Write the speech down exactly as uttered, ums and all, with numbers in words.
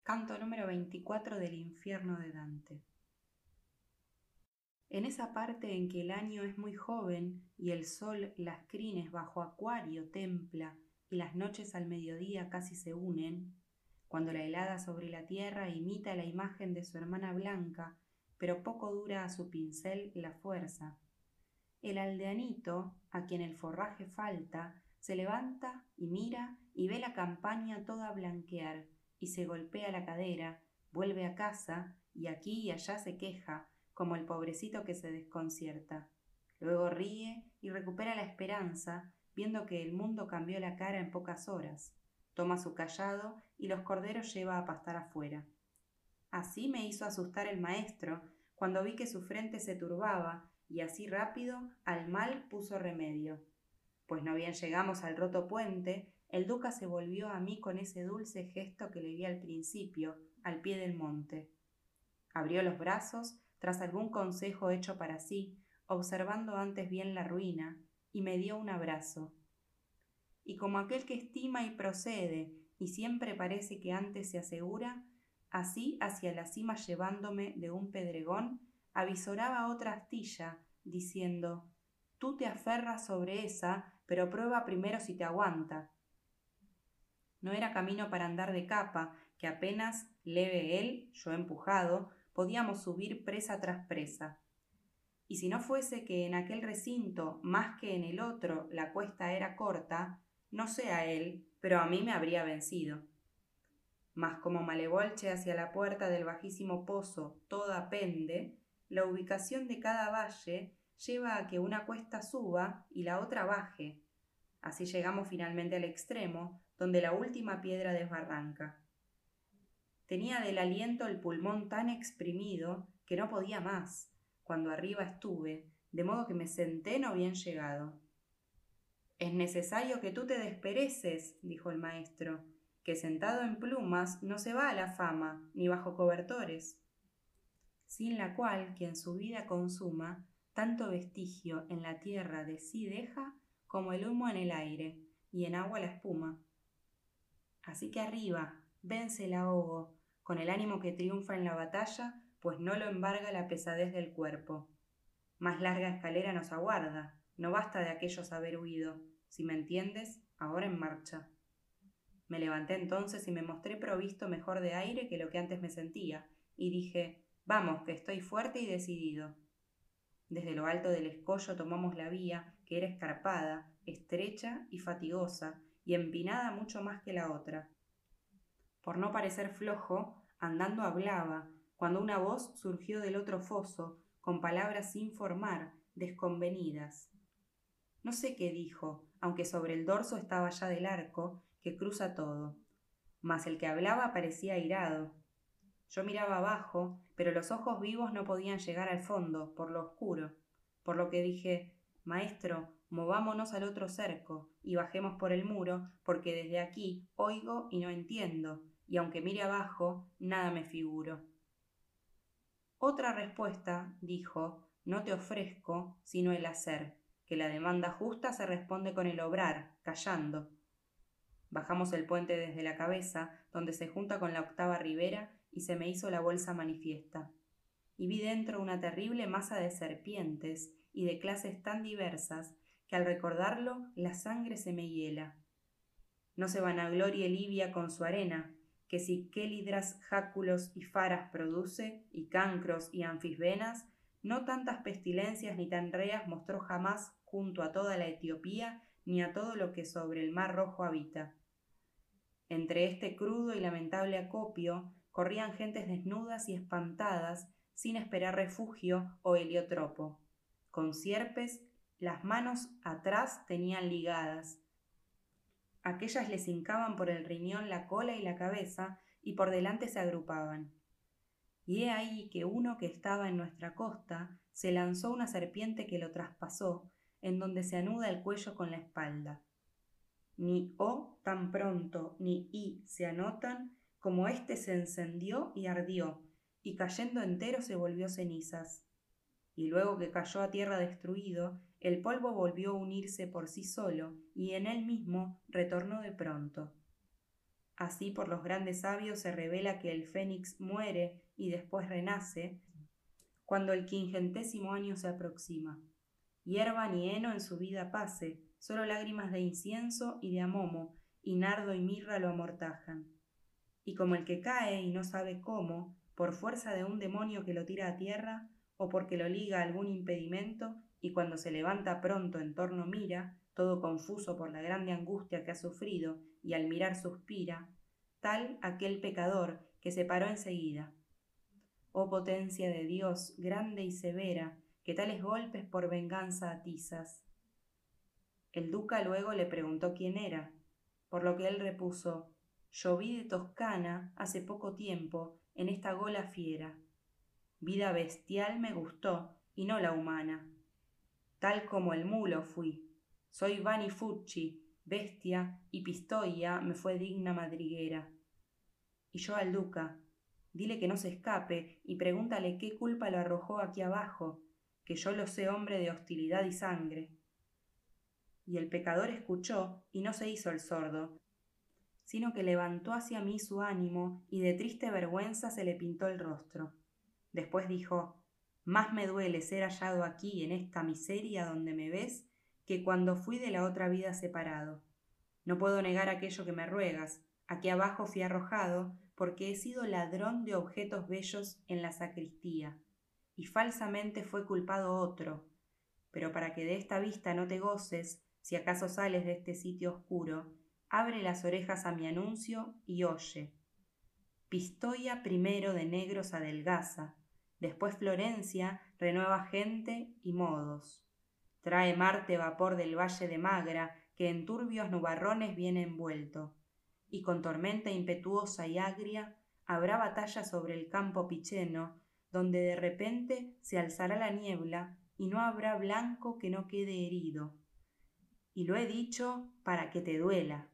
Canto número veinticuatro del Infierno de Dante. En esa parte en que el año es muy joven y el sol las crines bajo Acuario templa y las noches al mediodía casi se unen, cuando la helada sobre la tierra imita la imagen de su hermana blanca, pero poco dura a su pincel la fuerza, el aldeanito, a quien el forraje falta, se levanta y mira y ve la campaña toda blanquear, y se golpea la cadera, vuelve a casa y aquí y allá se queja, como el pobrecito que se desconcierta. Luego ríe y recupera la esperanza, viendo que el mundo cambió la cara en pocas horas. Toma su cayado y los corderos lleva a pastar afuera. Así me hizo asustar el maestro, cuando vi que su frente se turbaba, y así rápido al mal puso remedio. Pues no bien llegamos al roto puente, el duca se volvió a mí con ese dulce gesto que le vi al principio, al pie del monte. Abrió los brazos, tras algún consejo hecho para sí, observando antes bien la ruina, y me dio un abrazo. Y como aquel que estima y procede, y siempre parece que antes se asegura, así hacia la cima llevándome de un pedregón, avisoraba otra astilla, diciendo: tú te aferras sobre esa, pero prueba primero si te aguanta. No era camino para andar de capa, que apenas, leve él, yo empujado, podíamos subir presa tras presa. Y si no fuese que en aquel recinto, más que en el otro, la cuesta era corta, no sé a él, pero a mí me habría vencido. Mas como malevolche hacia la puerta del bajísimo pozo toda pende, la ubicación de cada valle lleva a que una cuesta suba y la otra baje. Así llegamos finalmente al extremo, donde la última piedra desbarranca. Tenía del aliento el pulmón tan exprimido que no podía más, cuando arriba estuve, de modo que me senté no bien llegado. Es necesario que tú te despereces, dijo el maestro, que sentado en plumas no se va a la fama, ni bajo cobertores, sin la cual quien su vida consuma, tanto vestigio en la tierra de sí deja, como el humo en el aire, y en agua la espuma. Así que arriba, vence el ahogo, con el ánimo que triunfa en la batalla, pues no lo embarga la pesadez del cuerpo. Más larga escalera nos aguarda, no basta de aquellos haber huido, si me entiendes, ahora en marcha. Me levanté entonces y me mostré provisto mejor de aire que lo que antes me sentía, y dije: vamos, que estoy fuerte y decidido. Desde lo alto del escollo tomamos la vía, que era escarpada, estrecha y fatigosa, y empinada mucho más que la otra. Por no parecer flojo, andando hablaba, cuando una voz surgió del otro foso, con palabras sin formar, desconvenidas. No sé qué dijo, aunque sobre el dorso estaba ya del arco, que cruza todo. Mas el que hablaba parecía airado. Yo miraba abajo, pero los ojos vivos no podían llegar al fondo, por lo oscuro, por lo que dije: maestro, movámonos al otro cerco, y bajemos por el muro, porque desde aquí oigo y no entiendo, y aunque mire abajo, nada me figuro. Otra respuesta, dijo, no te ofrezco, sino el hacer, que la demanda justa se responde con el obrar, callando. Bajamos el puente desde la cabeza, donde se junta con la octava ribera, y se me hizo la bolsa manifiesta. Y vi dentro una terrible masa de serpientes, y de clases tan diversas, que al recordarlo la sangre se me hiela. No se vanaglorie Libia con su arena, que si quélidras, jáculos y faras produce, y cancros y anfisbenas, no tantas pestilencias ni tan reas mostró jamás junto a toda la Etiopía, ni a todo lo que sobre el mar rojo habita. Entre este crudo y lamentable acopio corrían gentes desnudas y espantadas, sin esperar refugio o heliotropo. Con sierpes, las manos atrás tenían ligadas. Aquellas les hincaban por el riñón la cola y la cabeza, y por delante se agrupaban. Y he ahí que uno que estaba en nuestra costa se lanzó una serpiente que lo traspasó, en donde se anuda el cuello con la espalda. Ni O tan pronto ni I se anotan, como éste se encendió y ardió, y cayendo entero se volvió cenizas. Y luego que cayó a tierra destruido, el polvo volvió a unirse por sí solo, y en él mismo retornó de pronto. Así por los grandes sabios se revela que el fénix muere y después renace cuando el quingentésimo año se aproxima. Hierba ni heno en su vida pase, solo lágrimas de incienso y de amomo, y nardo y mirra lo amortajan. Y como el que cae y no sabe cómo, por fuerza de un demonio que lo tira a tierra, o porque lo liga a algún impedimento, y cuando se levanta pronto en torno mira, todo confuso por la grande angustia que ha sufrido, y al mirar suspira, tal aquel pecador que se paró enseguida. Oh potencia de Dios, grande y severa, que tales golpes por venganza atizas. El duca luego le preguntó quién era, por lo que él repuso: yo vi de Toscana hace poco tiempo en esta gola fiera. Vida bestial me gustó y no la humana. Tal como el mulo fui. Soy Vani Fucci, bestia, y Pistoia me fue digna madriguera. Y yo al duca: dile que no se escape y pregúntale qué culpa lo arrojó aquí abajo, que yo lo sé hombre de hostilidad y sangre. Y el pecador escuchó y no se hizo el sordo, sino que levantó hacia mí su ánimo y de triste vergüenza se le pintó el rostro. Después dijo: más me duele ser hallado aquí en esta miseria donde me ves que cuando fui de la otra vida separado. No puedo negar aquello que me ruegas. Aquí abajo fui arrojado porque he sido ladrón de objetos bellos en la sacristía, y falsamente fue culpado otro. Pero para que de esta vista no te goces, si acaso sales de este sitio oscuro, abre las orejas a mi anuncio y oye. Pistoia primero de negros adelgaza, después Florencia renueva gente y modos. Trae Marte vapor del valle de Magra, que en turbios nubarrones viene envuelto, y con tormenta impetuosa y agria habrá batalla sobre el campo picheno, donde de repente se alzará la niebla y no habrá blanco que no quede herido. Y lo he dicho para que te duela.